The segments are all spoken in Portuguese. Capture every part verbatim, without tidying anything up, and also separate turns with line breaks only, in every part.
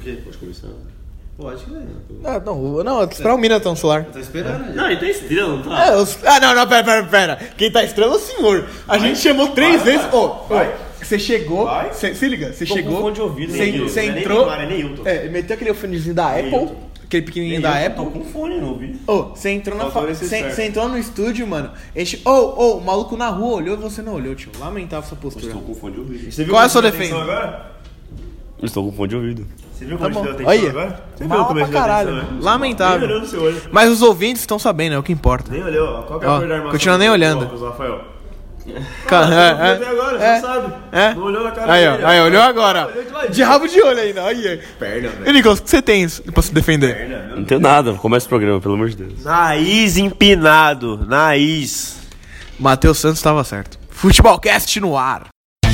quê?
Pode começar?
Pode, velho.
Não, não, não, esperar o Mina ter um celular.
Eu tô esperando.
Não, ele tá estrela, não tá?
É, os... Ah, não, não, pera, pera, pera. Quem tá estrela é o senhor. A gente chamou três
vai,
vezes. Ô, você chegou.
Vai.
Cê, se liga, você
Tô
chegou.
com fone de ouvido,
Você
né,
você
Nilton? Não é nem
entrou.
Neymar, é Neilton.
É, meteu aquele fonezinho da Apple.
Neilton.
Aquele pequenininho
Nem
da
eu,
Apple.
Tô com fone, não ouvi.
Ô, você entrou na
Faltou
fa...
esse
Você
certo.
você entrou no estúdio, mano. A gente. Ô, ô, o maluco na rua olhou e você não olhou, tio. Lamentável essa postura.
Estou com fone de ouvido.
Você viu
Qual é a
como
sua
deu
defesa?
atenção agora?
Estou com fone de ouvido.
Você viu
Tá
como
bom.
deu atenção
Olha.
agora? Você viu
Mal
como
pra
deu
caralho.
atenção, né?
Lamentável.
Nem olhou no seu olho.
Mas os ouvintes estão sabendo, é o que importa.
Nem olhou. Qual que é
Ó,
a cor da armação?
continua nem
do
olhando.
óculos, Rafael?
Cara,
Ah,
é,
você não viu até agora,
é,
você não sabe.
é.
Não olhou na cara
Aí, ó,
dele.
aí, olhou agora.
Olhou de lá
De rabo de olho ainda, aí.
Perna,
E
velho.
Nicolas, o que você tem pra se defender?
Perna,
Não tenho nada, começa o programa, pelo amor de Deus.
Nariz empinado. Nariz.
Matheus Santos estava certo. Futebolcast no ar.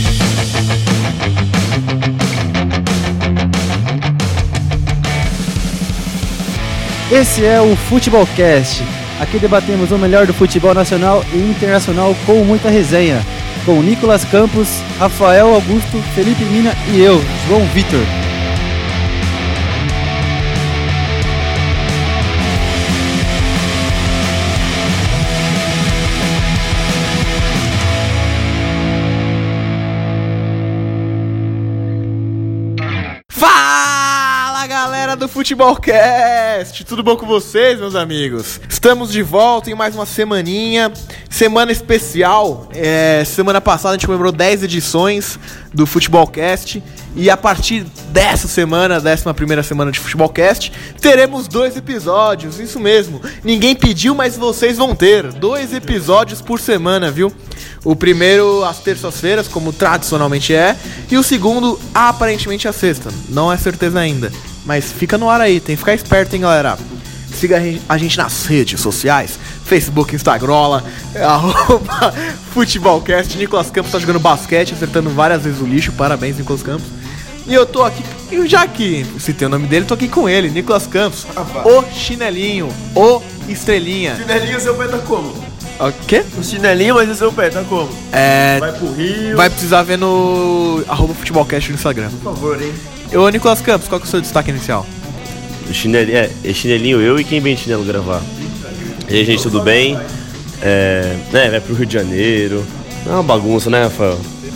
Esse é o Futebolcast. Aqui debatemos o melhor do futebol nacional e internacional com muita resenha. Com Nicolas Campos, Rafael Augusto, Felipe Mina e eu, João Vitor.
Fala, galera do Futebolcast! Tudo bom com vocês, meus amigos? Estamos de volta em mais uma semaninha, semana especial. É, semana passada a gente comemorou dez edições do Futebolcast e a partir dessa semana, décima primeira semana de Futebolcast, teremos dois episódios, isso mesmo. Ninguém pediu, mas vocês vão ter dois episódios por semana, viu? O primeiro às terças-feiras, como tradicionalmente é, e o segundo aparentemente às sexta. Não é certeza ainda, mas fica no ar aí, tem que ficar esperto, hein, galera. Siga a gente nas redes sociais, Facebook, Instagram, arroba Futebolcast. Nicolas Campos tá jogando basquete, acertando várias vezes o lixo, parabéns, Nicolas Campos. E eu tô aqui, e já que citei o nome dele, tô aqui com ele, Nicolas Campos, o chinelinho, o estrelinha.
Chinelinho, seu pé tá como?
O quê?
O chinelinho, mas o seu pé tá como?
É...
Vai pro Rio.
Vai precisar ver no arroba Futebolcast no Instagram.
Por favor, hein?
Ô, Nicolas Campos, qual que é o seu destaque inicial?
O chinelinho, é, é chinelinho eu e quem vem de chinelo gravar. E aí, gente, tudo bem? É, né, vai pro Rio de Janeiro. É uma bagunça, né, Rafael?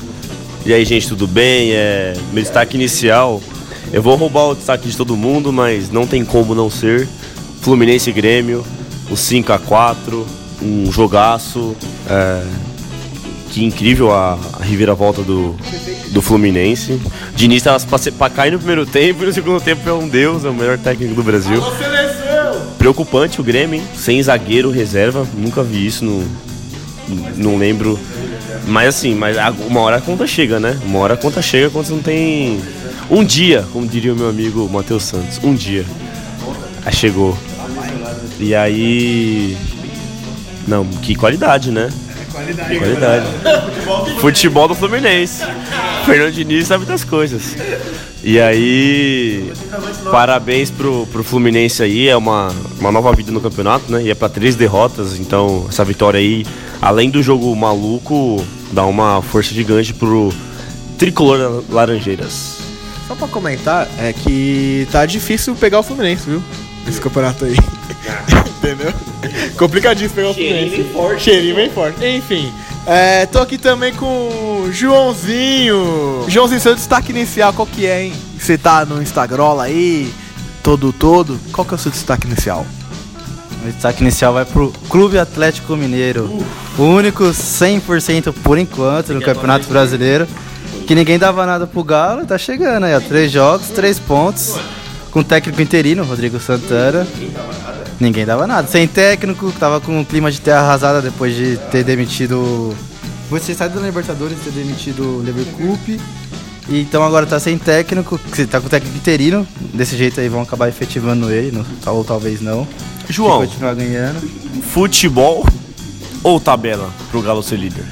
E aí, gente, tudo bem? É, meu destaque inicial, eu vou roubar o destaque de todo mundo, mas não tem como não ser. Fluminense e Grêmio, o cinco a quatro, um jogaço. É, que incrível a, a reviravolta do, do Fluminense. Diniz estava pra, pra cair no primeiro tempo e no segundo tempo é um deus, é o melhor técnico do Brasil. Preocupante o Grêmio, hein? Sem zagueiro reserva, nunca vi isso, não, não lembro. Mas assim, mas uma hora a conta chega, né? Uma hora a conta chega quando você não tem... Um dia, como diria o meu amigo Matheus Santos, um dia. Aí chegou. E aí... Não, que qualidade, né? Qualidade. Qualidade. Futebol do Fluminense. Fernando Diniz sabe das coisas. E aí, parabéns pro, pro Fluminense aí, é uma, uma nova vida no campeonato, né? E é pra três derrotas, então essa vitória aí, além do jogo maluco, dá uma força gigante pro tricolor Laranjeiras.
Só pra comentar, é que tá difícil pegar o Fluminense, viu? Esse campeonato aí. Entendeu? Complicadíssimo pegar o Fluminense. Cheirinho bem forte. Cheirinho bem forte. Enfim, é, tô aqui também com o Joãozinho. Joãozinho, seu destaque inicial, qual que é, hein? Você tá no Instagram aí, todo, todo. Qual que é o seu destaque inicial?
O destaque inicial vai pro Clube Atlético Mineiro. Uh. O único cem por cento por enquanto no Campeonato Brasileiro. Que ninguém dava nada pro Galo, tá chegando aí, ó. Três jogos, três pontos. Com técnico interino, Rodrigo Santana. Ninguém dava nada. Sem técnico, tava com um clima de terra arrasada depois de ter demitido... Você sai da Libertadores, ter demitido o Leverkusen. E então agora tá sem técnico, tá com técnico interino. Desse jeito aí vão acabar efetivando ele, não, ou talvez não.
João,
se continuar ganhando.
Futebol ou tabela pro Galo ser líder?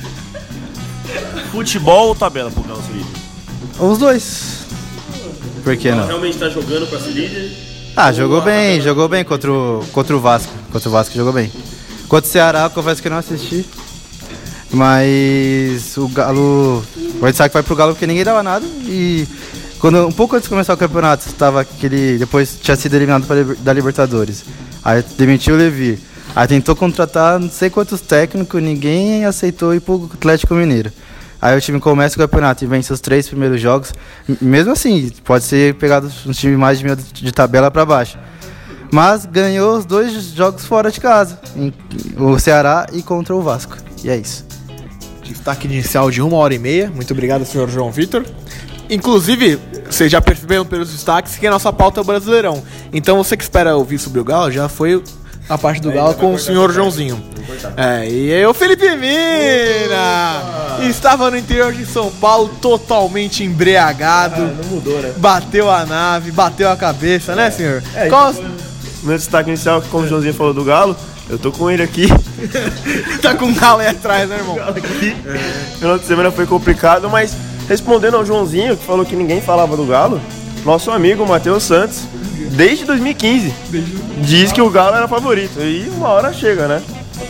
Futebol ou tabela pro Galo ser líder?
Os dois. Por que não?
Realmente tá jogando pra ser líder?
Ah, jogou bem, jogou bem contra o, contra o Vasco. Contra o Vasco jogou bem. Contra o Ceará, eu confesso que eu não assisti. Mas o Galo... O destaque vai pro Galo porque ninguém dava nada. E Quando, um pouco antes de começar o campeonato, estava aquele. Depois tinha sido eliminado pra, da Libertadores. Aí demitiu o Levi. Aí tentou contratar não sei quantos técnicos, ninguém aceitou ir pro Atlético Mineiro. Aí o time começa o campeonato e vence os três primeiros jogos. Mesmo assim, pode ser pegado um time mais de meio de tabela para baixo. Mas ganhou os dois jogos fora de casa, em, o Ceará e contra o Vasco. E é isso.
Destaque inicial de uma hora e meia. Muito obrigado, senhor João Vitor. Inclusive, vocês já perceberam pelos destaques que a nossa pauta é o Brasileirão. Então você que espera ouvir sobre o Galo, já foi a parte do Galo com o senhor Joãozinho. É, e aí o Felipe Mina estava no interior de São Paulo totalmente embriagado.
Ah, não mudou, né?
Bateu a nave, bateu a cabeça, é. né, senhor?
É,
Qual...
Meu destaque inicial, como o Joãozinho falou do Galo, eu tô com ele aqui.
Tá com o Galo aí atrás, né, irmão?
Aqui. É. Final de semana foi complicado, mas respondendo ao Joãozinho, que falou que ninguém falava do Galo, nosso amigo Matheus Santos, desde dois mil e quinze, diz que o Galo era favorito. E uma hora chega, né?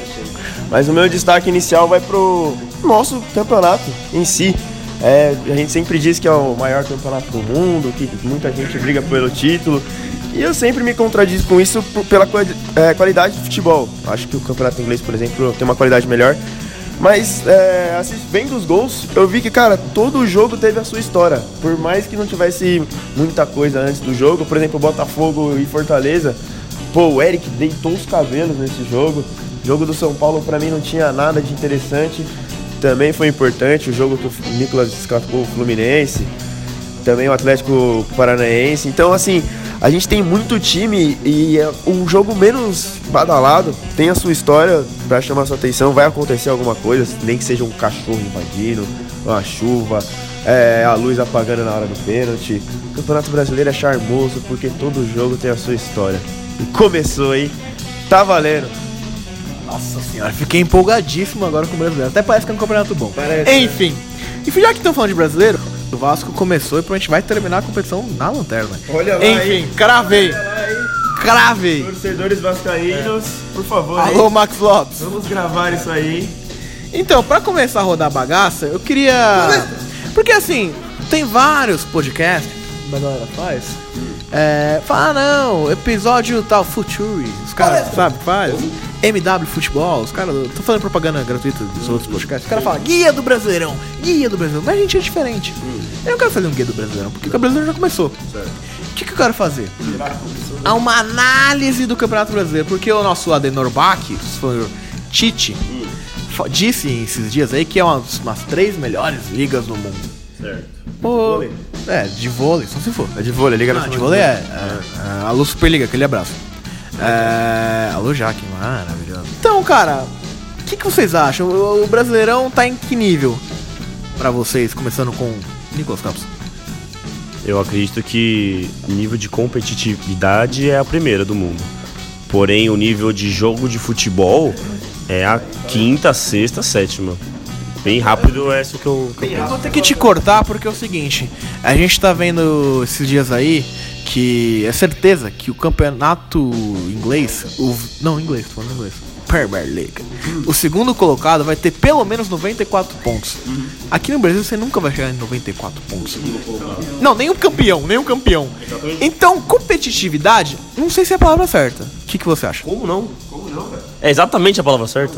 Mas o meu destaque inicial vai pro nosso campeonato em si. É, a gente sempre diz que é o maior campeonato do mundo, que muita gente briga pelo título. E eu sempre me contradizo com isso pela é, qualidade do futebol. Acho que o campeonato inglês, por exemplo, tem uma qualidade melhor. Mas, é, vendo os gols, eu vi que, cara, todo jogo teve a sua história. Por mais que não tivesse muita coisa antes do jogo, por exemplo, Botafogo e Fortaleza, pô, o Eric deitou os cabelos nesse jogo. O jogo do São Paulo, pra mim, não tinha nada de interessante. Também foi importante o jogo que o Nicolas escapou o Fluminense. Também o Atlético Paranaense. Então, assim, a gente tem muito time e é um jogo menos badalado, tem a sua história pra chamar sua atenção, vai acontecer alguma coisa, nem que seja um cachorro invadindo, uma chuva, é, a luz apagando na hora do pênalti. O Campeonato Brasileiro é charmoso porque todo jogo tem a sua história. E começou, hein? Tá valendo.
Nossa senhora, fiquei empolgadíssimo agora com o brasileiro. Até parece que é um campeonato bom.
Parece.
Enfim, e já que estão falando de brasileiro, o Vasco começou e provavelmente vai terminar a competição na lanterna.
Olha lá,
Enfim,
hein?
cravei.
Olha lá, hein?
Cravei.
Torcedores vascaínos, por favor.
Alô,
hein?
Max Lopes.
Vamos gravar isso aí.
Então, pra começar a rodar a bagaça, eu queria... Porque assim, tem vários podcasts que a galera faz. É, fala, ah, não, episódio tal, Futuri. Os caras, sabe o que faz? M W Futebol, os caras, tô falando propaganda gratuita dos outros podcasts. Os caras falam, guia do Brasileirão, guia do Brasileirão. Mas a gente é diferente. Eu não quero fazer um guia do Brasileirão, porque o Brasileiro já começou. O que, que eu quero fazer? Há uma análise do Campeonato Brasileiro, porque o nosso Adenor Bach, o senhor Tite, disse esses dias aí que é umas, umas três melhores ligas do mundo.
Certo.
Pô, é, de vôlei, só se for.
É de vôlei, liga
Não,
na
de vôlei é, é, é alô Superliga, aquele abraço. É, alô Jaque, maravilhoso. Então, cara, o que, que vocês acham? O, o Brasileirão tá em que nível pra vocês, começando com Nicolas Campos?
Eu acredito que o nível de competitividade é a primeira do mundo. Porém, o nível de jogo de futebol é a quinta, sexta, sétima. Bem rápido é isso que eu, que eu
Eu
penso.
vou ter que te cortar porque é o seguinte, a gente tá vendo esses dias aí que é certeza que o campeonato inglês, o, não inglês, tô falando inglês, Premier League, o segundo colocado vai ter pelo menos noventa e quatro pontos. Aqui no Brasil você nunca vai chegar em noventa e quatro pontos. Não, nem o campeão, nem o campeão. Então, competitividade, não sei se é a palavra certa. O que, que você acha?
Como não? É exatamente a palavra certa.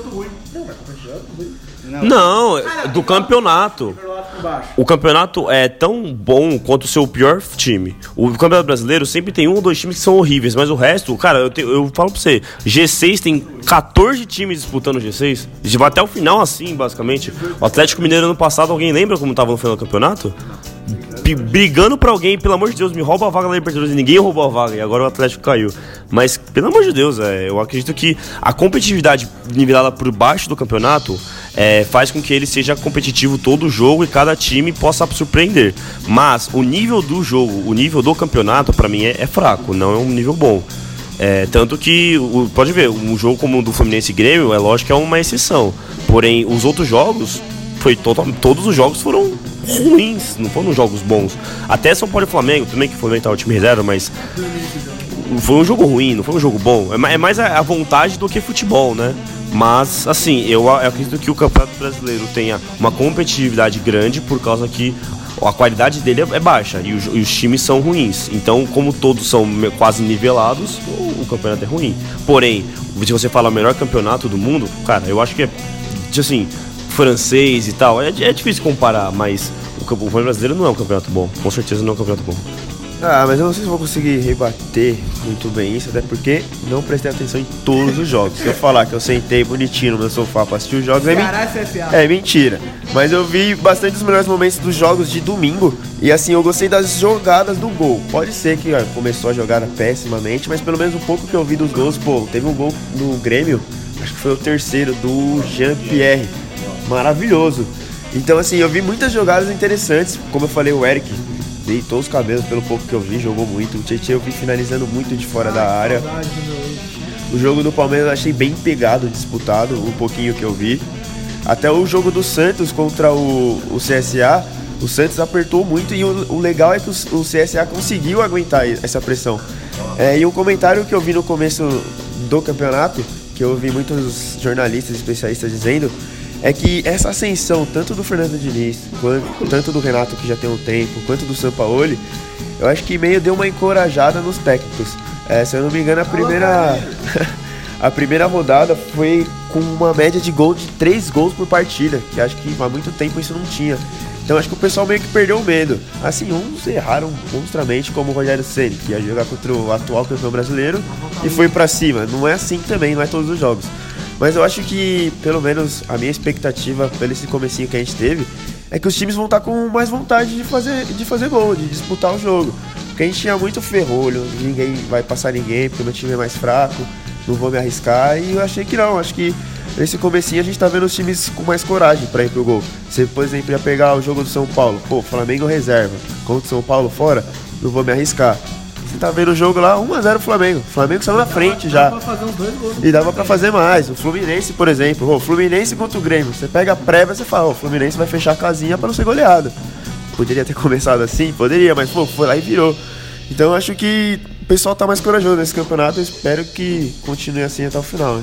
Não, é do campeonato. O campeonato é tão bom quanto o seu pior time. O campeonato brasileiro sempre tem um ou dois times que são horríveis, mas o resto, cara, eu, te, eu falo pra você, G seis tem catorze times disputando o G seis. A gente vai até o final assim, basicamente. O Atlético Mineiro ano passado, alguém lembra como tava no final do campeonato? P- brigando pra alguém, pelo amor de Deus, me rouba a vaga na Libertadores. Ninguém roubou a vaga e agora o Atlético caiu. Mas, pelo amor de Deus, é, eu acredito que a competitividade nivelada por baixo do campeonato é, faz com que ele seja competitivo todo o jogo e cada time possa surpreender. Mas o nível do jogo, o nível do campeonato, pra mim, é, é fraco, não é um nível bom. É, tanto que, o, pode ver, um jogo como o do Fluminense e Grêmio, é lógico que é uma exceção. Porém, os outros jogos, foi total, todos os jogos foram ruins, não foram jogos bons. Até São Paulo e Flamengo, também que o Flamengo tá o time reserva, mas foi um jogo ruim, não foi um jogo bom. É mais a vontade do que futebol, né? Mas, assim, eu acredito que o Campeonato Brasileiro tenha uma competitividade grande por causa que a qualidade dele é baixa e os, e os times são ruins. Então, como todos são quase nivelados, o, o campeonato é ruim. Porém, se você fala o melhor campeonato do mundo, cara, eu acho que é, assim, francês e tal, é, é difícil comparar, mas o campeonato brasileiro não é um campeonato bom. Com certeza não é um campeonato bom.
Ah, mas eu não sei se vou conseguir rebater muito bem isso, até porque não prestei atenção em todos os jogos. Se eu falar que eu sentei bonitinho no meu sofá pra assistir os jogos, é, men- é mentira. Mas eu vi bastante dos melhores momentos dos jogos de domingo. E assim, eu gostei das jogadas do gol. Pode ser que ó, começou a jogada pessimamente, mas pelo menos um pouco que eu vi dos gols, pô, teve um gol no Grêmio, acho que foi o terceiro, do Jean-Pierre. Maravilhoso. Então assim, eu vi muitas jogadas interessantes. Como eu falei, o Eric deitou os cabelos pelo pouco que eu vi, jogou muito. O Tietchan eu vi finalizando muito de fora da área. O jogo do Palmeiras eu achei bem pegado, disputado, um pouquinho que eu vi. Até o jogo do Santos contra o, o C S A, o Santos apertou muito e o, o legal é que o, o C S A conseguiu aguentar essa pressão. É, e um comentário que eu vi no começo do campeonato, que eu vi muitos jornalistas e especialistas dizendo, é que essa ascensão, tanto do Fernando Diniz, quanto, tanto do Renato, que já tem um tempo, quanto do Sampaoli, eu acho que meio deu uma encorajada nos técnicos. É, se eu não me engano, a primeira, a primeira rodada foi com uma média de gol de três gols por partida, que acho que há muito tempo isso não tinha. Então acho que o pessoal meio que perdeu o medo. Assim, uns erraram monstramente, como o Rogério Ceni, que ia jogar contra o atual campeão brasileiro e foi pra cima. Não é assim também, não é todos os jogos. Mas eu acho que, pelo menos, a minha expectativa pelo esse comecinho que a gente teve é que os times vão estar com mais vontade de fazer, de fazer gol, de disputar o jogo. Porque a gente tinha muito ferrolho, ninguém vai passar ninguém, porque o meu time é mais fraco, não vou me arriscar. E eu achei que não, acho que nesse comecinho a gente tá vendo os times com mais coragem pra ir pro gol. Você, por exemplo, ia pegar o jogo do São Paulo, pô, Flamengo reserva, contra o São Paulo fora, não vou me arriscar. Você tá vendo o jogo lá, um a zero Flamengo. O Flamengo saiu na frente já.
Dava pra fazer uns dois gols.
E dava pra fazer mais. O Fluminense, por exemplo. O Fluminense contra o Grêmio. Você pega a prévia e você fala, o Fluminense vai fechar a casinha pra não ser goleado. Poderia ter começado assim? Poderia, mas pô, foi lá e virou. Então eu acho que o pessoal tá mais corajoso nesse campeonato. Eu espero que continue assim até o final. Hein?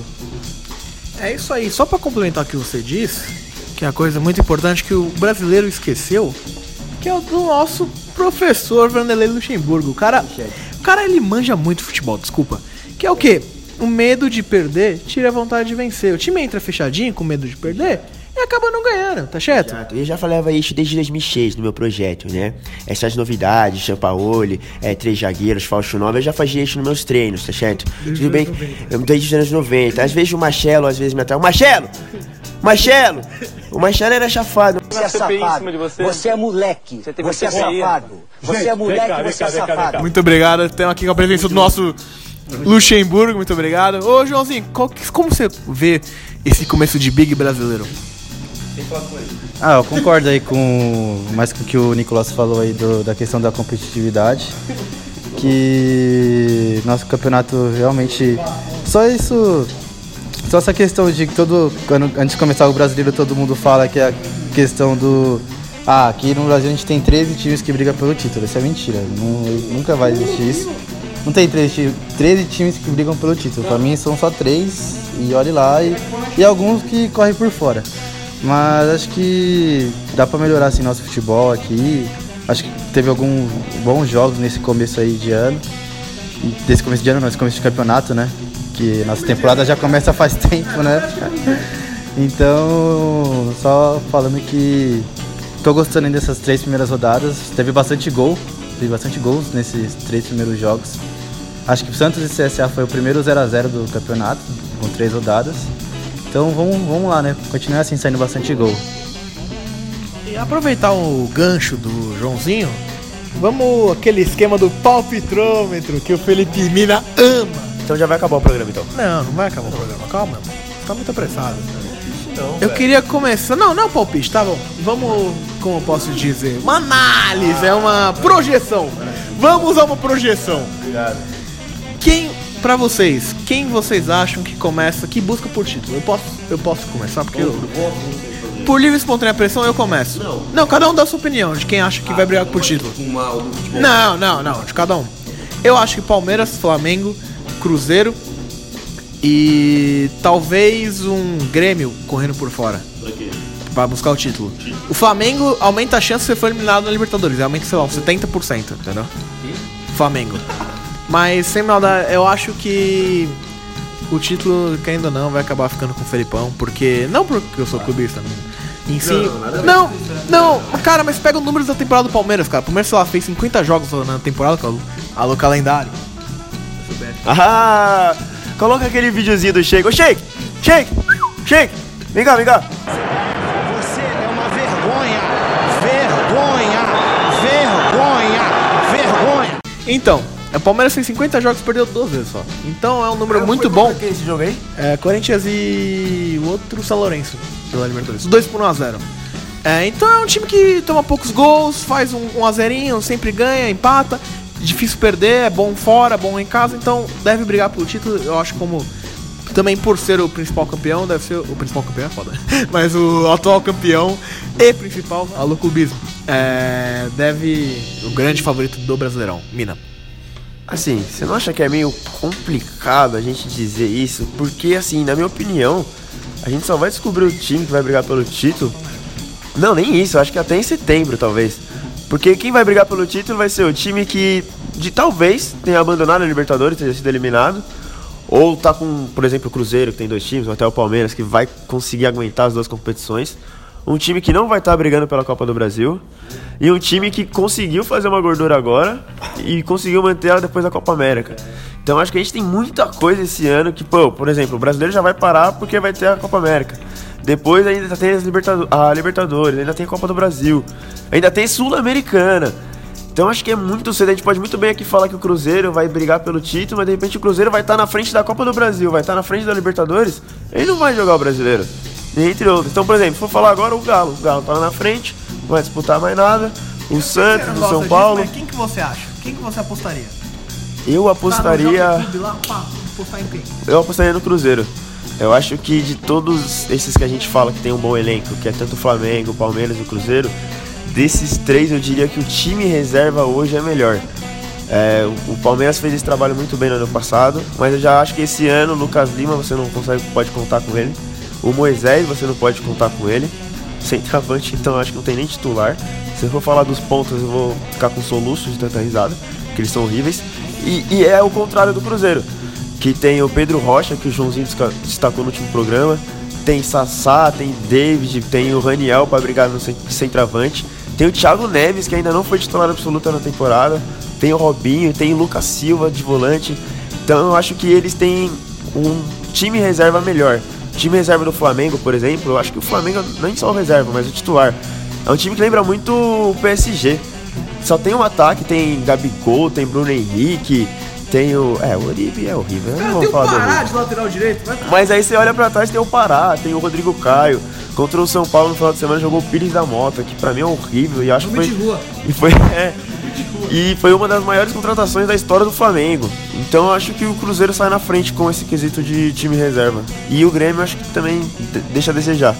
É isso aí. Só pra complementar o que você disse, que é a coisa muito importante que o brasileiro esqueceu, que é o do nosso professor Vanderlei Luxemburgo. O cara, o cara ele manja muito futebol, desculpa. Que é o quê? O medo de perder tira a vontade de vencer. O time entra fechadinho com medo de perder e acaba não ganhando, tá certo?
Exato. Eu já falava isso desde dois mil e seis no meu projeto, né? Essas novidades, Sampaoli, é, três zagueiros, falso nove, eu já fazia isso nos meus treinos, tá certo? Desde Tudo bem? Eu desde os anos noventa. Às vezes o Marcelo, às vezes me atrás. O Marcelo! Marcelo! O Marcelo era chafado.
Você é safado, você é moleque, você é safado, você é moleque, você é safado.
Muito obrigado, estamos aqui com a presença do nosso Luxemburgo, muito obrigado. Ô Joãozinho, qual, como você vê esse começo de Big brasileiro?
Ah, eu concordo aí com mais com o que o Nicolas falou aí do, da questão da competitividade. Que nosso campeonato realmente... Só isso... Só essa questão de que todo... Quando, antes de começar o brasileiro, todo mundo fala que é a questão do... Ah, aqui no Brasil a gente tem treze times que brigam pelo título. Isso é mentira. Não, nunca vai existir isso. Não tem treze, treze times que brigam pelo título. Pra mim são só três. E olhe lá. E, e alguns que correm por fora. Mas acho que dá pra melhorar assim nosso futebol aqui. Acho que teve alguns bons jogos nesse começo aí de ano. Desse começo de ano, não, esse começo de campeonato, né? Que nossa temporada já começa faz tempo, né? Então, só falando que tô gostando ainda dessas três primeiras rodadas. Teve bastante gol, teve bastante gols nesses três primeiros jogos. Acho que o Santos e C S A foi o primeiro zero a zero do campeonato, com três rodadas. Então vamos, vamos lá, né? Continuar assim, saindo bastante gol.
E aproveitar o gancho do Joãozinho, vamos aquele esquema do palpitrômetro que o Felipe Mina ama.
Então já vai acabar o programa, então.
Não, não vai acabar o programa, calma. Você tá muito apressado. Não, eu queria começar... Não, não é palpite, tá bom. Vamos, como eu posso dizer, uma análise, é uma projeção. Vamos a uma projeção.
Obrigado.
Quem, pra vocês, quem vocês acham que começa, que busca por título? Eu posso, eu posso começar, porque eu... Por livre e espontânea pressão eu começo. Não. Não, cada um dá a sua opinião de quem acha que vai brigar por título. Não, não, não, de cada um. Eu acho que Palmeiras, Flamengo, Cruzeiro e talvez um Grêmio correndo por fora.
Pra quê?
pra buscar o título. O Flamengo aumenta a chance de você for eliminado na Libertadores. Aumenta, sei lá, uns setenta por cento, entendeu? Flamengo. Mas, sem maldade, eu acho que o título, que ainda não, vai acabar ficando com o Felipão. Porque, não porque eu sou clubista, não. Em si, não, não, não, cara, mas pega os números da temporada do Palmeiras, cara. O Palmeiras, sei lá, fez cinquenta jogos na temporada, alô calendário.
Ah, coloca aquele videozinho do Sheik. Ô, Sheik, Sheik, Sheik, vem cá, vem cá.
Você é uma vergonha, vergonha, vergonha, vergonha.
Então, o Palmeiras fez cinquenta jogos e perdeu duas vezes só. Então é um número muito bom.
Quem é esse jogo aí?
É, Corinthians e o outro São Lourenço pela Libertadores. Os dois por um a zero. É, então é um time que toma poucos gols, faz um, um a zerinho, sempre ganha, empata. Difícil perder, é bom fora, bom em casa. Então deve brigar pelo título. Eu acho como também por ser o principal campeão, deve ser o principal campeão, é foda. Mas o atual campeão e principal, alô clubismo, é, deve o grande favorito do Brasileirão, Mina.
Assim, você não acha que é meio complicado a gente dizer isso? Porque, assim, na minha opinião, a gente só vai descobrir o time que vai brigar pelo título. Não, nem isso, eu acho que até em setembro, talvez. Porque quem vai brigar pelo título vai ser o time que, de talvez, tenha abandonado a Libertadores, tenha sido eliminado. Ou tá com, por exemplo, o Cruzeiro, que tem dois times, ou até o Palmeiras, que vai conseguir aguentar as duas competições. Um time que não vai estar brigando pela Copa do Brasil. E um time que conseguiu fazer uma gordura agora e conseguiu manter ela depois da Copa América. Então acho que a gente tem muita coisa esse ano que, pô, por exemplo, o brasileiro já vai parar porque vai ter a Copa América. Depois ainda tem as Libertado- a Libertadores, ainda tem a Copa do Brasil, ainda tem Sul-Americana. Então acho que é muito cedo, a gente pode muito bem aqui falar que o Cruzeiro vai brigar pelo título, mas de repente o Cruzeiro vai estar na frente da Copa do Brasil, vai estar na frente da Libertadores, ele não vai jogar o brasileiro, entre outros. Então, por exemplo, se for falar agora o Galo, o Galo tá lá na frente, não vai disputar mais nada, o Santos, o São Paulo.
Disso, quem que você acha? Quem que você apostaria?
Eu apostaria...
Tá no clube lá, pá, apostar em quem?
Eu apostaria no Cruzeiro. Eu acho que de todos esses que a gente fala que tem um bom elenco, que é tanto o Flamengo, o Palmeiras e o Cruzeiro, desses três eu diria que o time reserva hoje é melhor. É, o Palmeiras fez esse trabalho muito bem no ano passado, mas eu já acho que esse ano o Lucas Lima você não consegue, pode contar com ele. O Moisés você não pode contar com ele. Centroavante, então eu acho que não tem nem titular. Se eu for falar dos pontos eu vou ficar com soluços de tanta risada, porque eles são horríveis. E, e é o contrário do Cruzeiro, que tem o Pedro Rocha, que o Joãozinho destacou no último programa, tem Sassá, tem David, tem o Raniel para brigar no centroavante, tem o Thiago Neves, que ainda não foi titular absoluta na temporada, tem o Robinho, tem o Lucas Silva de volante. Então eu acho que eles têm um time reserva melhor. O time reserva do Flamengo, por exemplo, eu acho que o Flamengo nem só o reserva, mas o titular. É um time que lembra muito o P S G. Só tem um ataque, tem Gabigol, tem Bruno Henrique, tem o... É, o Oribe é horrível.
Cara,
não
tem o
falar
Pará de lateral direito. Vai...
Mas aí você olha pra trás, tem o Pará, tem o Rodrigo Caio. Contra o São Paulo no final de semana jogou o Pires da Mota, que pra mim é horrível. E acho que foi...
de rua.
E foi, é, e foi uma das maiores contratações da história do Flamengo. Então eu acho que o Cruzeiro sai na frente com esse quesito de time reserva. E o Grêmio acho que também deixa a desejar.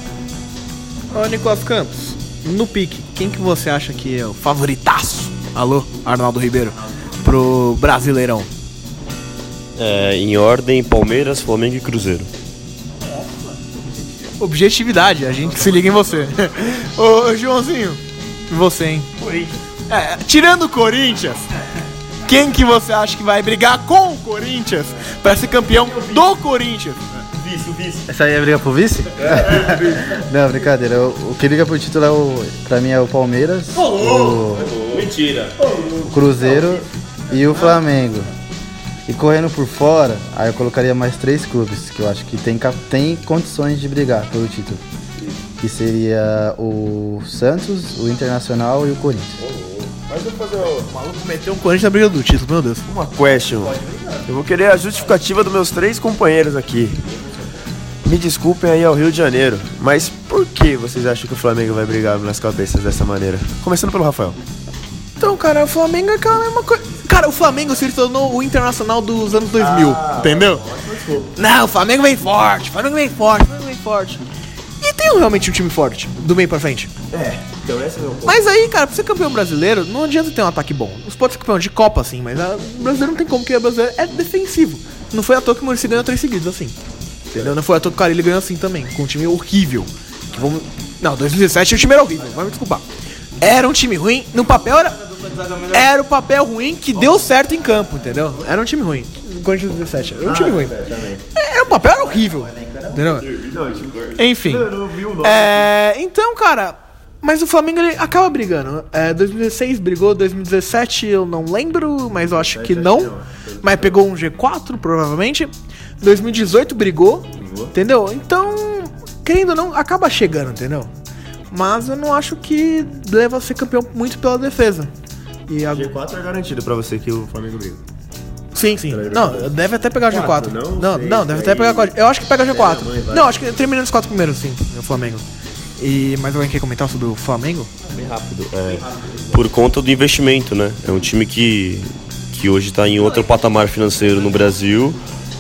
Ô, Nicolas Campos, no pique, quem que você acha que é o favoritaço? Alô, Arnaldo Ribeiro, pro Brasileirão.
É, em ordem, Palmeiras, Flamengo e Cruzeiro.
Objetividade, a gente se liga em você. Ô, Joãozinho, e você, hein?
Corinthians.
É, tirando o Corinthians, quem que você acha que vai brigar com o Corinthians pra ser campeão do Corinthians?
Vice, o vice.
Essa aí é briga pro vice? É. Não, brincadeira. O, o que briga pro título é o, pra mim é o Palmeiras, o,
Mentira.
o Cruzeiro e o Flamengo. E correndo por fora, aí eu colocaria mais três clubes que eu acho que tem, tem condições de brigar pelo título. Que seria o Santos, o Internacional e o Corinthians.
Mas eu vou fazer o...
O maluco meteu um Corinthians na briga do título, meu Deus.
uma question. Eu vou querer a justificativa dos meus três companheiros aqui. Me desculpem aí ao Rio de Janeiro, mas por que vocês acham que o Flamengo vai brigar nas cabeças dessa maneira? Começando pelo Rafael.
Então, cara, o Flamengo é aquela mesma coisa. Cara, o Flamengo se tornou o Internacional dos anos dois mil, ah, entendeu? Não, o Flamengo vem forte, o Flamengo vem forte, o Flamengo vem forte. E tem realmente um time forte, do meio pra frente.
É, então esse é o meu ponto.
Mas aí, cara, pra ser campeão brasileiro, não adianta ter um ataque bom. Você pode ser campeão de Copa, assim, mas a, o brasileiro não tem como, porque o brasileiro é defensivo. Não foi à toa que o Muricy ganhou três seguidos, assim. Entendeu? Não foi à toa que o Carille ganhou assim também, com um time horrível. Que vamos, Não, dois mil e dezessete o time era horrível, vai me desculpar. Era um time ruim, no papel era... Era o papel ruim que deu certo em campo, entendeu? Era um time ruim. Corinthians dezessete, era um time ruim. É, o papel era horrível, entendeu? Enfim. É, então, cara... Mas o Flamengo, ele acaba brigando. É, dois mil e dezesseis brigou, dois mil e dezessete eu não lembro, mas eu acho que não. Mas pegou um G quatro, provavelmente. dois mil e dezoito brigou, entendeu? Então, querendo ou não, acaba chegando, entendeu? Mas eu não acho que leva a ser campeão muito pela defesa. E a...
G quatro é garantido pra você que o Flamengo briga.
Sim, sim. Não, deve até pegar o G quatro.
Não,
não,
sei,
não deve até pegar o G quatro. Eu acho que pega o G quatro.
Mãe,
não, acho que termina nos quatro primeiros, sim, o Flamengo. E mais alguém quer comentar sobre o Flamengo?
Bem rápido. É, por conta do investimento, né? É um time que, que hoje está em outro patamar financeiro no Brasil.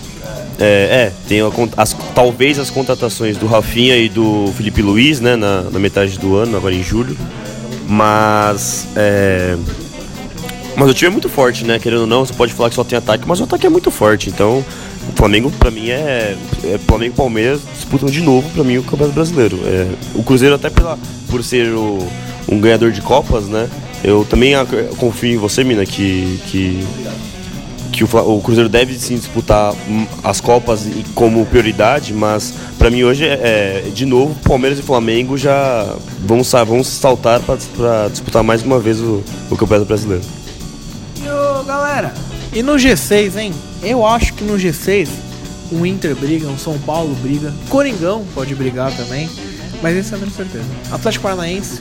É, é tem a, as, talvez as contratações do Rafinha e do Felipe Luiz, né? Na, na metade do ano, agora em julho. Mas... É, mas o time é muito forte, né? Querendo ou não, você pode falar que só tem ataque, mas o ataque é muito forte. Então, o Flamengo, pra mim, é, é Flamengo e Palmeiras disputam de novo, pra mim, o Campeonato Brasileiro. É, o Cruzeiro, até pela, por ser o, um ganhador de Copas, né? Eu também confio em você, Mina, que, que, que o, o Cruzeiro deve sim disputar as Copas como prioridade, mas pra mim hoje, é, de novo, Palmeiras e Flamengo já vão, vão se saltar pra, pra disputar mais uma vez o, o Campeonato Brasileiro.
E ô, galera, e no G seis, hein? Eu acho que no G seis o Inter briga, o São Paulo briga, Coringão pode brigar também, mas esse eu tenho certeza. Atlético Paranaense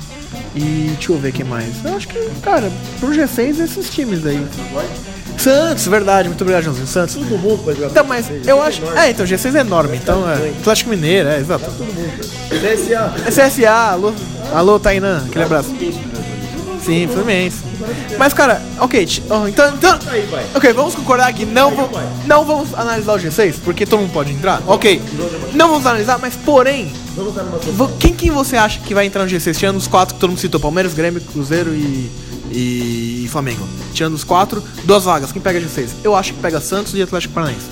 e deixa eu ver quem mais. Eu acho que, cara, pro G seis esses times aí. Santos, verdade, muito obrigado, Joãozinho. Santos. Todo mundo pode jogar. Então, mas eu acho. É, então, o G seis é enorme, então é. Atlético Mineiro, é, exato. Todo mundo. C S A. É C S A, alô, alô, Tainã, aquele abraço. Sim, Fluminense. Mas, cara, ok, oh, então, então ok, vamos concordar que não, vamos, não vamos analisar o G seis, porque todo mundo pode entrar. Ok, não vamos analisar, mas porém, quem que você acha que vai entrar no G seis? Tirando os quatro que todo mundo citou, Palmeiras, Grêmio, Cruzeiro e, e, e Flamengo. Tirando os quatro, duas vagas, quem pega G seis? Eu acho que pega Santos e Atlético Paranaense.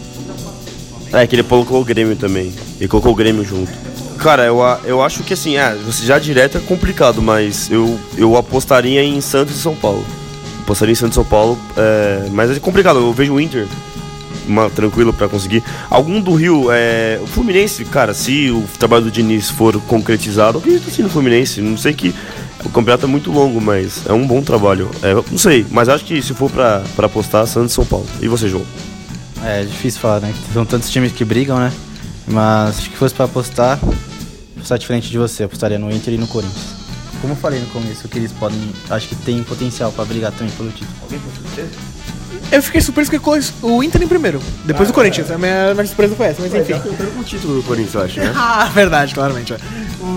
É, que ele colocou o Grêmio também, ele colocou o Grêmio junto. Cara, eu, eu acho que assim, é, você já direto é complicado, mas eu, eu apostaria em Santos e São Paulo. Apostaria em Santos e São Paulo, é, mas é complicado, eu vejo o Inter uma, tranquilo pra conseguir. Algum do Rio, é, o Fluminense, cara, se o trabalho do Diniz for concretizado, eu acredito sim no Fluminense, não sei que o campeonato é muito longo, mas é um bom trabalho. É, não sei, mas acho que se for pra, pra apostar, Santos e São Paulo. E você, João?
É, é difícil falar, né? São tantos times que brigam, né? Mas acho que fosse pra apostar, apostar diferente de você, apostaria no Inter e no Corinthians. Como eu falei no começo, que eles podem, acho que tem potencial pra brigar também pelo título. Alguém com certeza?
Eu fiquei surpreso que o Inter em primeiro, depois ah, do Corinthians. É. A minha, minha surpresa foi essa, mas enfim.
Tá contando com o título do Corinthians, eu acho, né?
Ah, verdade, claramente. É.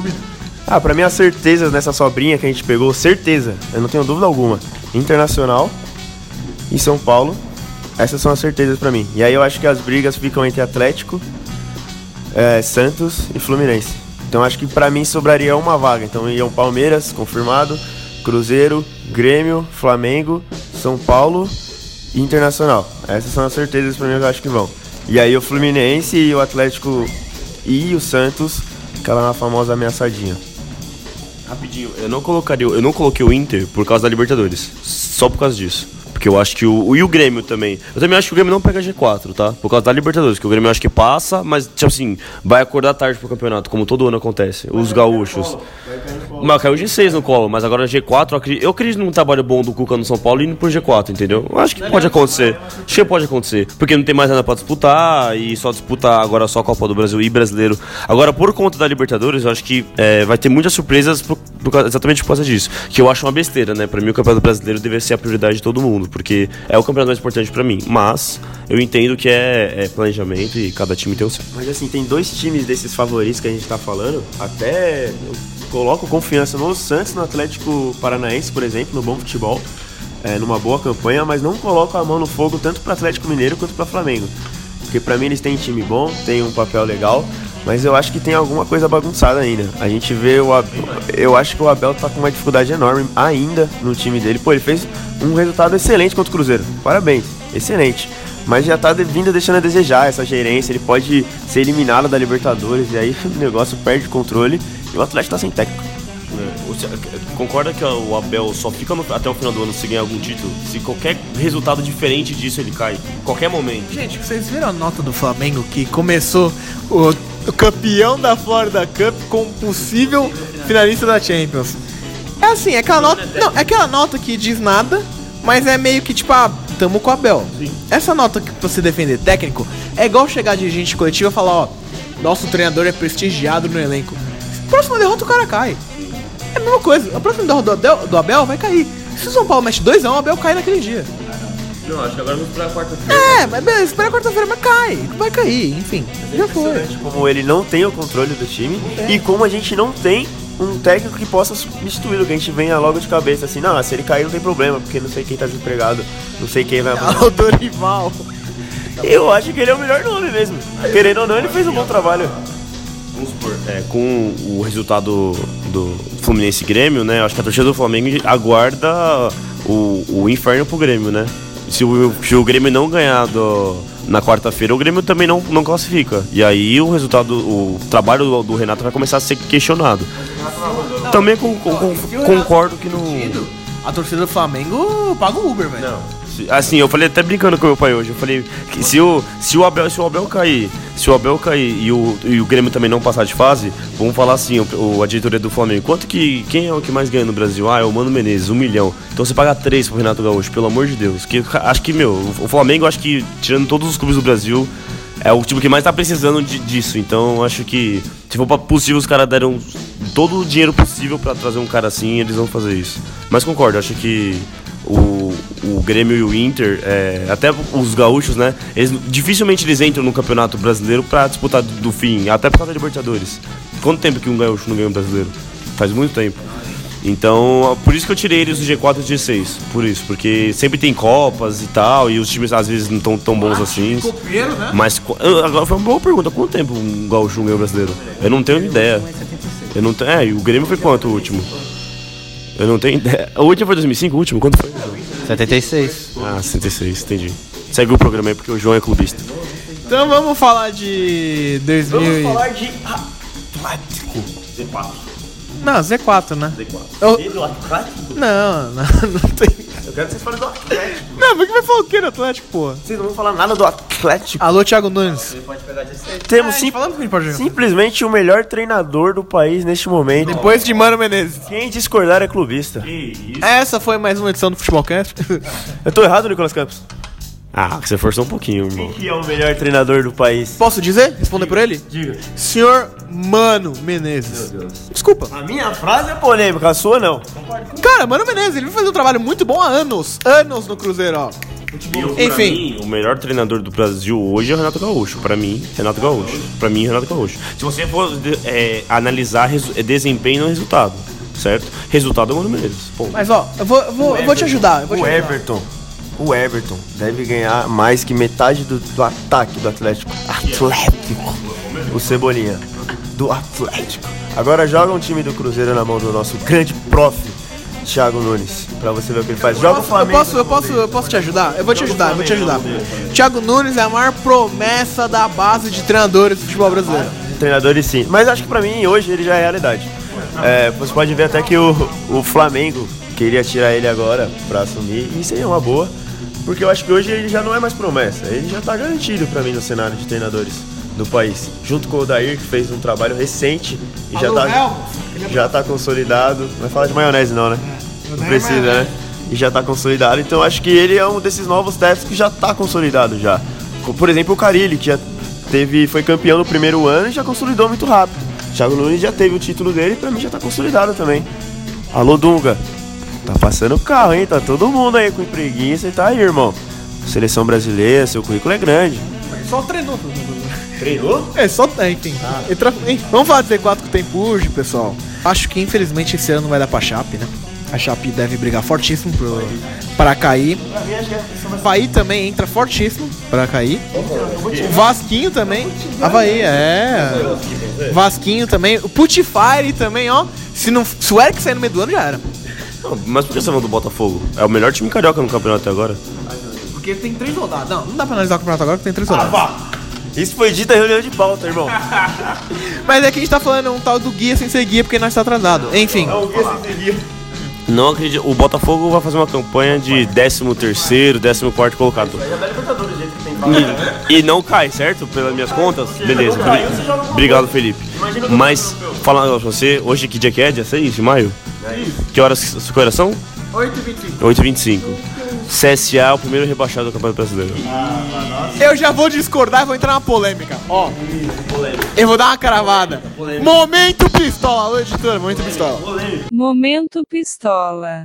Ah, pra mim as certezas nessa sobrinha que a gente pegou, certeza, eu não tenho dúvida alguma. Internacional e São Paulo. Essas são as certezas pra mim. E aí eu acho que as brigas ficam entre Atlético, é, Santos e Fluminense. Então acho que pra mim sobraria uma vaga. Então iam Palmeiras, confirmado, Cruzeiro, Grêmio, Flamengo, São Paulo e Internacional. Essas são as certezas pra mim que eu acho que vão. E aí o Fluminense e o Atlético e o Santos, aquela famosa ameaçadinha.
Rapidinho, eu não colocaria, eu não coloquei o Inter por causa da Libertadores. Só por causa disso. Porque eu acho que o, e o Grêmio também. Eu também acho que o Grêmio não pega G quatro, tá? Por causa da Libertadores, que o Grêmio eu acho que passa, mas, tipo assim, vai acordar tarde pro campeonato, como todo ano acontece. Os gaúchos. Mas caiu G seis no colo, mas agora G quatro, eu acredito, eu acredito num trabalho bom do Cuca no São Paulo indo pro G quatro, entendeu? Eu acho que pode acontecer. Acho que pode acontecer. Porque não tem mais nada pra disputar e só disputar agora só a Copa do Brasil e Brasileiro. Agora, por conta da Libertadores, eu acho que é, vai ter muitas surpresas por, por, exatamente por causa disso. Que eu acho uma besteira, né? Pra mim, o Campeonato Brasileiro deveria ser a prioridade de todo mundo, porque é o campeonato mais importante pra mim. Mas eu entendo que é, é planejamento e cada time tem o seu.
Mas assim, tem dois times desses favoritos que a gente tá falando. Até eu coloco confiança no Santos, no Atlético Paranaense, por exemplo, no bom futebol, é, numa boa campanha, mas não coloco a mão no fogo tanto pro Atlético Mineiro quanto pro Flamengo. Porque pra mim eles têm time bom, tem um papel legal, mas eu acho que tem alguma coisa bagunçada ainda. A gente vê o Abel, eu acho que o Abel tá com uma dificuldade enorme ainda no time dele. Pô, ele fez um resultado excelente contra o Cruzeiro. Parabéns, excelente. mas já tá de- vindo deixando a desejar essa gerência. Ele pode ser eliminado da Libertadores e aí o negócio perde o controle e o Atlético tá sem técnico.
É, você concorda que o Abel só fica no, até o final do ano se ganhar algum título? Se qualquer resultado diferente disso ele cai, qualquer momento.
Gente, vocês viram a nota do Flamengo que começou o, o campeão da Florida Cup com um possível finalista da Champions? É assim, é aquela nota. Não, é aquela nota que diz nada, mas é meio que tipo, ah, tamo com o Abel.
Sim.
Essa nota que pra você defender técnico é igual chegar de gente coletiva e falar, ó, nosso treinador é prestigiado no elenco. Próxima derrota o cara cai. É a mesma coisa, a próxima derrota do Abel, do Abel vai cair. Se o São Paulo mexe dois a um, o Abel cai naquele dia.
Não, acho que agora vamos esperar a quarta-feira.
É, mas beleza, espera a quarta-feira, mas cai. Vai cair, enfim. Já foi.
Impressionante como ele não tem o controle do time e como a gente não tem um técnico que possa substituí-lo, que a gente venha logo de cabeça assim, não, se ele cair não tem problema, porque não sei quem tá desempregado, não sei quem vai apoiar.
O Dorival.
Eu acho que ele é o melhor nome mesmo. Querendo ou não, ele fez um bom trabalho.
Vamos supor, é, com o resultado do Fluminense e Grêmio, né? Acho que a torcida do Flamengo aguarda o, o inferno pro Grêmio, né? Se o, se o Grêmio não ganhar do, na quarta-feira, o Grêmio também não, não classifica. E aí o resultado, o trabalho do, do Renato vai começar a ser questionado. Também com, com, com, concordo que não.
A torcida do Flamengo paga o Uber, velho.
Não. Assim, eu falei até brincando com meu pai hoje. Eu falei que se o, se o, Abel, se o Abel cair, se o Abel cair e o, e o Grêmio também não passar de fase, vamos falar assim, o, o, a diretoria do Flamengo. Quanto que. Quem é o que mais ganha no Brasil? Ah, é o Mano Menezes, um milhão. Então você paga três pro Renato Gaúcho, pelo amor de Deus. Que, acho que, meu, o Flamengo, acho que, tirando todos os clubes do Brasil, é o time que mais tá precisando de, disso. Então acho que, se for possível, os caras deram todo o dinheiro possível pra trazer um cara assim, eles vão fazer isso. Mas concordo, acho que o, o Grêmio e o Inter, é, até os gaúchos, né? Eles, dificilmente eles entram no Campeonato Brasileiro pra disputar do, do fim, até por causa da Libertadores. Quanto tempo que um gaúcho não ganha um brasileiro? Faz muito tempo. Então, por isso que eu tirei eles do G quatro e do G seis. Por isso, porque sempre tem Copas e tal, e os times às vezes não estão tão bons assim.
Copeiro, né?
Mas agora foi uma boa pergunta: quanto tempo um gaúcho não ganhou um brasileiro? Eu não tenho ideia. Eu não tenho. É, e o Grêmio foi quanto o último? Eu não tenho ideia. O último foi dois mil e cinco, o último? Quanto foi?
setenta e seis.
Ah, setenta e seis, entendi. Segue o programa aí porque o João é clubista.
Então vamos falar de dois mil.
Vamos
e-
falar de Atlético.
Z quatro.
Não, Z quatro, né?
Z quatro.
Eu-
E do Atlético?
Não, não, não tem.
Eu quero que vocês falem do Atlético.
Não, mas que vai falar o que no Atlético, pô?
Vocês não vão falar nada do Atlético.
Alô, Thiago Nunes.
Temos
É,
sim-
falamos que a gente pode jogar.
simplesmente o melhor treinador do país neste momento.
Depois de Mano Menezes.
Quem discordar é clubista.
Essa foi mais uma edição do Futebolcast.
Eu tô errado, Nicolas Campos?
Ah, você forçou um pouquinho, irmão.
Quem é o melhor treinador do país?
Posso dizer? Responder por ele?
Diga.
Senhor Mano Menezes. Desculpa.
A minha frase é polêmica, a sua não.
Cara, Mano Menezes, ele vai fazer um trabalho muito bom há anos. Anos no Cruzeiro, ó.
Pra
Enfim.
mim, o melhor treinador do Brasil hoje é o Renato Gaúcho. Pra mim, Renato Gaúcho. Pra mim, Renato Gaúcho. Se você for é, analisar resu- é desempenho no resultado, certo? Resultado é o Mano Menezes. Pô.
Mas ó, eu vou, eu vou, eu vou te ajudar. Eu vou te
O
ajudar.
Everton. O Everton deve ganhar mais que metade do, do ataque do Atlético. Atlético. O Cebolinha. Do Atlético. Agora joga um time do Cruzeiro na mão do nosso grande prof, Thiago Nunes. Pra você ver o que ele faz. Joga o
Eu
Flamengo.
posso, eu posso, eu posso te ajudar? Eu vou te ajudar, eu vou te ajudar. Thiago Nunes é a maior promessa da base de treinadores do futebol brasileiro.
Treinadores sim. Mas acho que pra mim hoje ele já é realidade. É, você pode ver até que o, o Flamengo queria tirar ele agora pra assumir. E seria uma boa. Porque eu acho que hoje ele já não é mais promessa. Ele já tá garantido pra mim no cenário de treinadores do país. Junto com o Odair, que fez um trabalho recente e já tá, já tá consolidado. Não vai falar de maionese não, né? Não precisa, né? E já tá consolidado. Então acho que ele é um desses novos testes que já tá consolidado já. Por exemplo, o Carille, que já teve, foi campeão no primeiro ano e já consolidou muito rápido. Thiago Nunes já teve o título dele e pra mim já tá consolidado também. Alô, Dunga. Tá passando o carro, hein? Tá todo mundo aí com preguiça e tá aí, irmão. Seleção brasileira, seu currículo é grande.
Só treinou.
Treinou?
É, só tem, enfim. Entra- hein, Vamos falar de Z quatro que tem Purge, pessoal. Acho que infelizmente esse ano não vai dar pra Chape, né? A Chape deve brigar fortíssimo pro, pra cair. Havaí também entra fortíssimo pra cair. Vasquinho também. Havaí, é. Vasquinho também. O Putifire também, ó. Se, não, se o Eric sair no meio do ano, já era.
Não, mas por que você falando do Botafogo? É o melhor time carioca no campeonato até agora.
porque tem três rodadas. Não, não dá pra analisar o campeonato agora porque tem três rodadas.
Ah, vá. Isso foi dito em reunião de pauta, irmão.
Mas é que a gente tá falando um tal do guia sem ser guia porque nós tá atrasado. Enfim.
Não, o guia sem ser guia.
Não acredito. O Botafogo vai fazer uma campanha de décimo terceiro, décimo quarto colocado. E, e não cai, certo? Pelas minhas contas? Beleza. Obrigado, Felipe. Mas, falando pra você, hoje que dia que é? Dia seis de maio? Que horas, que horas são?
oito e vinte e cinco.
oito e vinte e cinco. C S A é o primeiro rebaixado do Campeonato Brasileiro.
Eu já vou discordar e vou entrar na polêmica. Ó, eu vou dar uma cravada. Momento pistola. Alô, editora, momento pistola.
Momento pistola.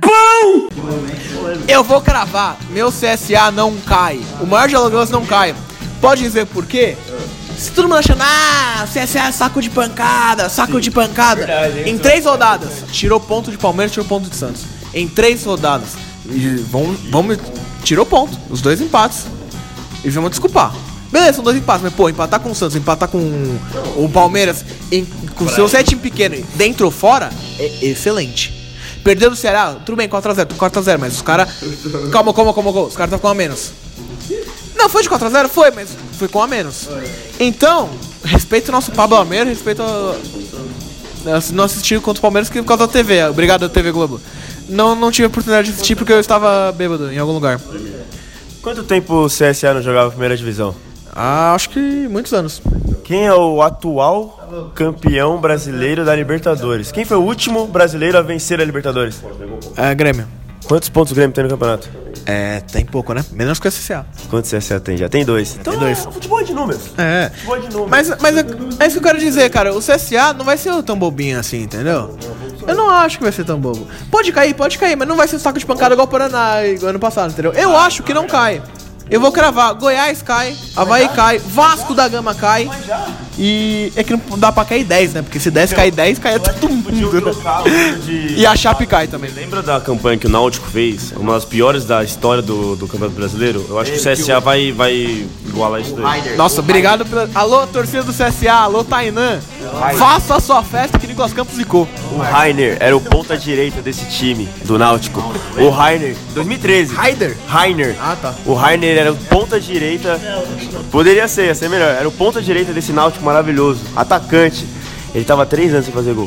Eu vou cravar. Meu C S A não cai. O maior de Alagoas não cai. Pode dizer por quê? Se todo mundo achando, ah, C S A é saco de pancada, saco de pancada. Em três rodadas, tirou ponto de Palmeiras, tirou ponto de Santos. Em três rodadas. E vamos, vamos, tirou ponto, os dois empates. E vamos desculpar. Beleza, são dois empates, mas pô, empatar com o Santos, empatar com o Palmeiras, em, com o seu set time pequeno, dentro ou fora, é excelente. Perdeu do Ceará, tudo bem, quatro a zero, quatro a zero, mas os caras. Calma, calma, calma, calma, os caras estavam com a menos. Não, foi de quatro a zero? Foi, mas foi com a menos. Então, respeita o nosso Pablo Almeida, respeita o. Não assisti contra o Palmeiras por causa da T V, obrigado T V Globo. Não, não tive a oportunidade de assistir porque eu estava bêbado em algum lugar.
Quanto tempo o C S A não jogava a primeira divisão?
Ah, acho que muitos anos.
Quem é o atual campeão brasileiro da Libertadores? Quem foi o último brasileiro a vencer a Libertadores?
É, Grêmio.
Quantos pontos o Grêmio tem no campeonato?
É, tem pouco, né? Menos que o C S A.
Quantos C S A tem? Já tem dois. Então,
tem dois.
É, futebol é de números.
É.
Futebol é de números.
Mas, mas é, é isso que eu quero dizer, cara. O C S A não vai ser tão bobinho assim, entendeu? Eu não acho que vai ser tão bobo. Pode cair, pode cair, mas não vai ser um saco de pancada igual o Paraná igual ano passado, entendeu? Eu acho que não cai. Eu vou cravar, Goiás cai, Avaí cai, Vasco da Gama cai. E é que não dá pra cair dez, né? Porque se dez cair dez, cai todo mundo, né? E a Chape cai também.
Lembra da campanha que o Náutico fez? Uma das piores da história do, do Campeonato Brasileiro? Eu acho que o C S A vai, vai igualar isso daí.
Nossa, obrigado pela... Alô, torcida do C S A, alô, Tainã. Faça a sua festa que Nicolas Campos zicou.
O Rainer era o ponta direita desse time do Náutico. O Rainer, dois mil e treze.
Raider?
Rainer.
Ah, tá.
O Rainer era o ponta direita. Poderia ser, ia ser melhor. Era o ponta direita desse Náutico maravilhoso. Atacante. Ele tava três anos sem fazer gol.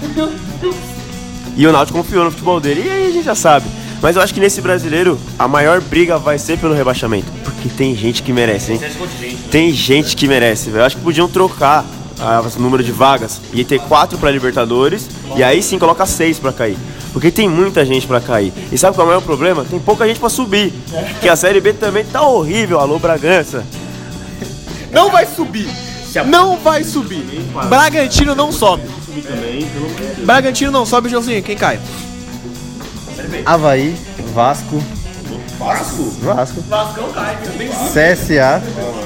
E o Náutico confiou no futebol dele. E aí a gente já sabe. Mas eu acho que nesse brasileiro a maior briga vai ser pelo rebaixamento. Porque tem gente que merece, hein? Tem gente que merece, velho. Eu acho que podiam trocar o número de vagas e ter quatro pra Libertadores. E aí sim coloca seis pra cair. Porque tem muita gente pra cair. E sabe qual é o maior problema? Tem pouca gente pra subir. Que a Série B também tá horrível. Alô, Bragança.
Não vai subir. Não vai subir. Bragantino não sobe. Bragantino não sobe, Joãozinho. Quem cai?
Avaí, Vasco.
Vasco?
Vasco.
Vascão cai.
C S A.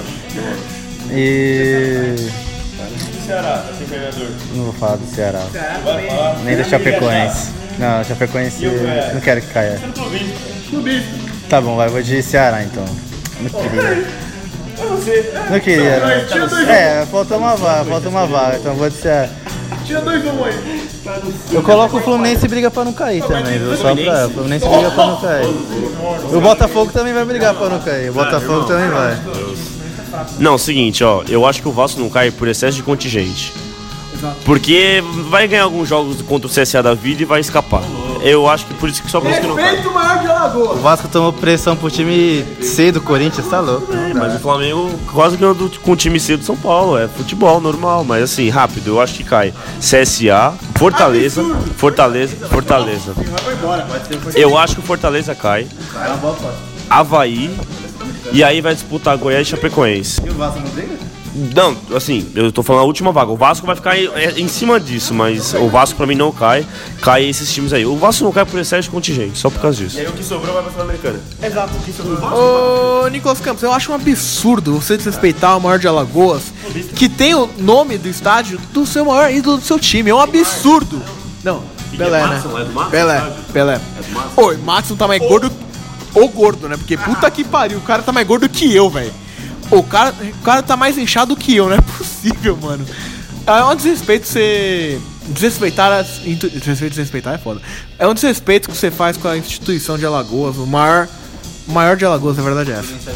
E.
Ceará, tem treinador.
Não vou falar do Ceará. Nem do Chapecoense. Não, Chapecoense não quero que caia. Tá bom, vai, vou de Ceará então. Não queria. Não queria, né? É, falta uma vaga, falta uma vaga, então vou de Ceará.
Tira dois vamos aí.
Eu coloco o Fluminense e briga pra não cair também, viu? Só pra. O Fluminense briga pra não cair. O Botafogo também vai brigar pra não cair. O Botafogo também vai.
Não, seguinte, ó. Eu acho que o Vasco não cai por excesso de contingente. Porque vai ganhar alguns jogos contra o C S A da vida e vai escapar. Eu acho que por isso que só por isso que não cai.
Respeito maior de Alagoas.
O Vasco tomou pressão pro time C do Corinthians, tá louco?
É, mas o Flamengo quase ganhou do- com o time C do São Paulo. É futebol normal, mas assim, rápido, eu acho que cai. C S A, Fortaleza, Fortaleza, Fortaleza. Eu acho que o Fortaleza cai. Avaí. E aí vai disputar Goiás e Chapecoense.
E o Vasco não briga?
Não, assim, eu tô falando a última vaga. O Vasco vai ficar em, é, em cima disso, mas o Vasco pra mim não cai. Cai esses times aí. O Vasco não cai por excesso de contingente, só por causa disso.
E aí o que sobrou vai pra Sul-Americana.
Exato. Ô, Nicolas Campos, eu acho um absurdo você desrespeitar o maior de Alagoas, que tem o nome do estádio do seu maior ídolo do seu time. É um absurdo. Não, Pelé, né? Pelé, Pelé. Oi, Matson tá mais gordo. Ou gordo, né? Porque puta que pariu, o cara tá mais gordo que eu, velho. O cara, o cara tá mais inchado que eu, não é possível, mano. É um desrespeito você desrespeitar as... Desrespeito, desrespeitar é foda. É um desrespeito que você faz com a instituição de Alagoas, o maior O maior de Alagoas, a verdade é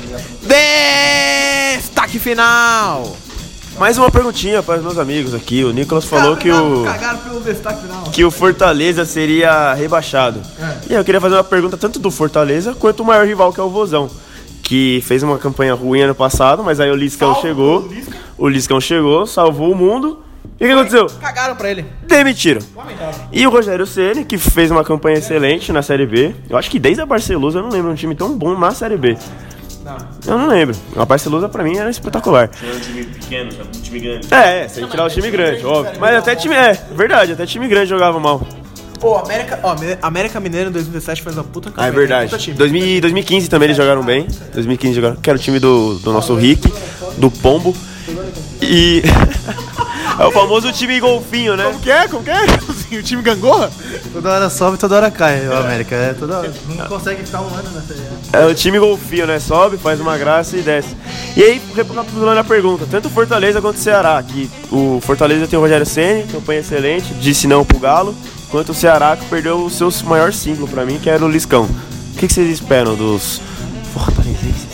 essa. Destaque final!
Mais uma perguntinha para os meus amigos aqui. O Nicolas falou que o,
Cagaram pelo destaque final.
que o Fortaleza seria rebaixado. E aí eu queria fazer uma pergunta tanto do Fortaleza quanto o maior rival, que é o Vozão, que fez uma campanha ruim ano passado, mas aí o Liscão
Salve,
chegou.
o Lisca.
O Liscão chegou, salvou o mundo. E o que aconteceu?
Cagaram pra ele.
Demitiram.
Lamentável.
E o Rogério Ceni, que fez uma campanha excelente na Série B. Eu acho que desde a Barcelusa eu não lembro um time tão bom na Série B.
Não.
Eu não lembro. A Barcelusa pra mim era espetacular.
Tinha um time pequeno, um time grande.
É, é, sem tirar o time grande, óbvio. Mas até time, é, verdade, até time grande jogava mal.
Pô, América, ó, América Mineiro em dois mil e dezessete fez uma puta campanha.
Ah, é verdade.
Puta time.
dois mil, dois mil e quinze também eles jogaram bem. dois mil e quinze jogaram, que era o time do, do nosso Rick, do Pombo. E... é o famoso time golfinho, né?
Como que é? Como que é? O time gangorra?
Toda hora sobe, toda hora cai, o América. É, toda hora. Não consegue ficar um ano nessa.
É o time golfinho, né? Sobe, faz uma graça e desce. E aí, recapitulando a pergunta, tanto o Fortaleza quanto o Ceará, que o Fortaleza tem o Rogério Ceni, campanha excelente, disse não pro Galo, quanto o Ceará, que perdeu o seu maior símbolo pra mim, que era o Liscão. O que, que vocês esperam dos fortalezenses?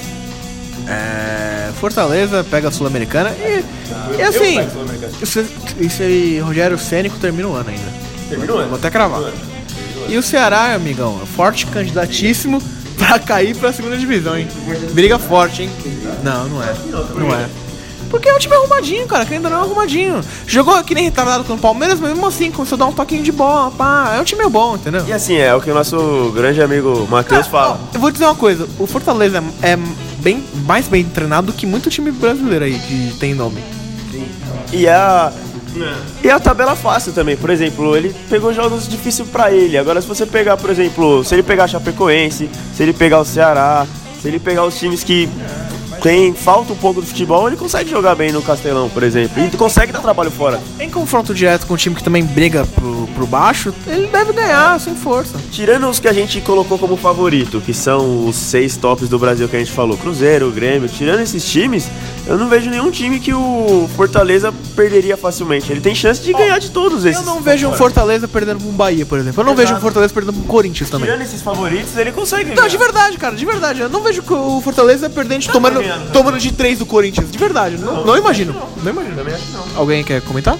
É, Fortaleza pega a Sul-Americana e, e assim, isso, isso aí, Rogério Cênico termina o ano ainda.
Terminou, né?
Vou até cravar. E o Ceará, amigão, é forte, candidatíssimo pra cair pra segunda divisão, hein? Briga forte, hein? Não, não é. Não é. Porque é um time arrumadinho, cara, que ainda não é arrumadinho. Jogou que nem retardado com o Palmeiras, mas mesmo assim começou a dar um toquinho de bola, pá. É um time bom, entendeu?
E assim, é o que o nosso grande amigo Matheus fala.
Ó, eu vou dizer uma coisa, o Fortaleza é, é bem, mais bem treinado do que muito time brasileiro aí que tem nome.
E a... E a tabela fácil também, por exemplo, ele pegou jogos difíceis pra ele. Agora se você pegar, por exemplo, se ele pegar a Chapecoense, se ele pegar o Ceará, se ele pegar os times que tem, falta um pouco do futebol, ele consegue jogar bem no Castelão, por exemplo. E consegue dar trabalho fora.
Em confronto direto com um time que também briga pro, pro baixo, ele deve ganhar sem força.
Tirando os que a gente colocou como favorito, que são os seis tops do Brasil que a gente falou, Cruzeiro, Grêmio, tirando esses times, eu não vejo nenhum time que o Fortaleza perderia facilmente. Ele tem chance de ganhar de todos esses.
Eu não vejo um Fortaleza perdendo pro Bahia, por exemplo. Eu não
Exato.
vejo um Fortaleza perdendo pro Corinthians também.
Tirando esses favoritos, ele consegue
Não,
ganhar.
de verdade, cara, de verdade. Eu não vejo o Fortaleza perdendo, tomando,
ganhando,
tomando de três do Corinthians. De verdade, não, não imagino. Não imagino.
Também acho que não.
Alguém quer comentar?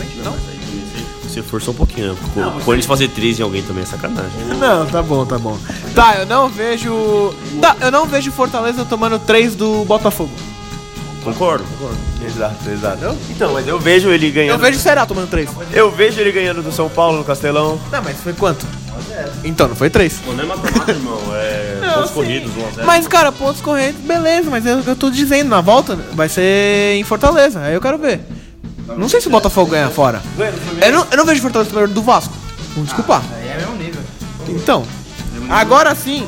Você forçou um pouquinho, né? O Corinthians fazer três em alguém também é sacanagem.
Não, tá bom, tá bom. Tá, eu não vejo. Tá, eu não vejo Fortaleza tomando três do Botafogo.
Concordo.
Exato, exato. Então, mas eu vejo ele ganhando.
Eu vejo o Ceará tomando três.
Eu vejo ele ganhando do São Paulo no Castelão.
Não, mas foi quanto? Então, não foi três.
Pô, não é matemática, irmão. É
Não,
pontos
sim.
corridos, um a zero.
Mas, cara, pontos correntes, beleza, mas eu, eu tô dizendo, na volta vai ser em Fortaleza, aí eu quero ver. Não sei se o Botafogo ganha fora. Eu não, eu não vejo Fortaleza melhor do Vasco. Vamos desculpar.
Aí é mesmo nível.
Então, agora sim,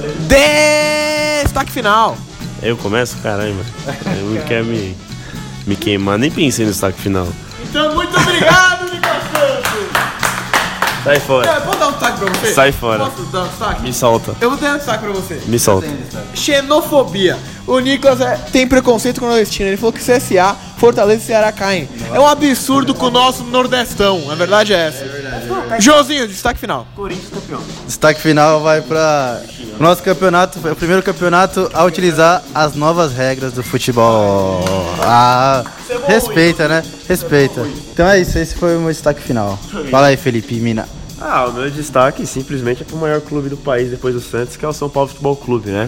destaque final.
Eu começo? Caramba. Eu não quero me, me queimar. Nem pensei no destaque final.
Então, muito obrigado, Nicolas Santos.
Sai fora.
Eu vou dar um destaque pra você?
Sai fora.
Posso dar um destaque?
Me solta.
Eu vou dar um destaque pra você.
Me solta.
Xenofobia. O Nicolas é- tem preconceito com o nordestino. Ele falou que C S A, Fortaleza e Ceará caem. É um absurdo com o nosso nordestão. A verdade é essa. Joãozinho, destaque final.
Corinthians campeão.
Destaque final vai para o nosso campeonato, é o primeiro campeonato a utilizar as novas regras do futebol. Ah, respeita, né? Respeita. Então é isso, esse foi o meu destaque final. Fala aí, Felipe Mina.
Ah, o meu destaque simplesmente é pro maior clube do país depois do Santos, que é o São Paulo Futebol Clube, né?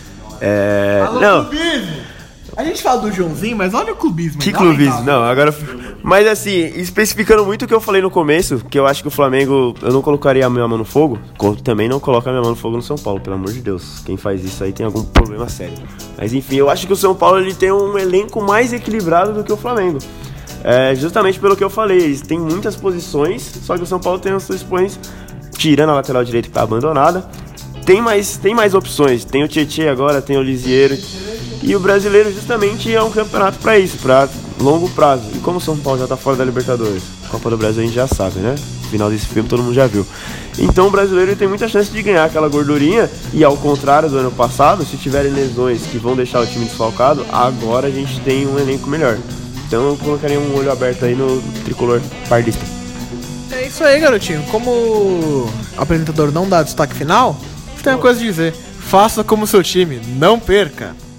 É. Não.
Clubismo. A gente fala do Joãozinho, mas olha o clubismo.
Que clubismo, não, agora. Mas assim, especificando muito o que eu falei no começo, que eu acho que o Flamengo, eu não colocaria a minha mão no fogo, também não coloca a minha mão no fogo no São Paulo, pelo amor de Deus. Quem faz isso aí tem algum problema sério. Mas enfim, eu acho que o São Paulo ele tem um elenco mais equilibrado do que o Flamengo. É, justamente pelo que eu falei, eles têm muitas posições, só que o São Paulo tem as suas posições, tirando a lateral direita que tá abandonada. Tem mais, tem mais opções, tem o Tietê agora, tem o Lisieiro. E o brasileiro justamente é um campeonato pra isso, pra longo prazo. E como o São Paulo já tá fora da Libertadores, Copa do Brasil a gente já sabe, né? No final desse filme todo mundo já viu. Então o brasileiro tem muita chance de ganhar aquela gordurinha. E ao contrário do ano passado, se tiverem lesões que vão deixar o time desfalcado, agora a gente tem um elenco melhor. Então eu colocaria um olho aberto aí no tricolor pardista.
É isso aí, garotinho. Como o apresentador não dá destaque final, tem uma coisa a dizer. Faça como seu time, não perca.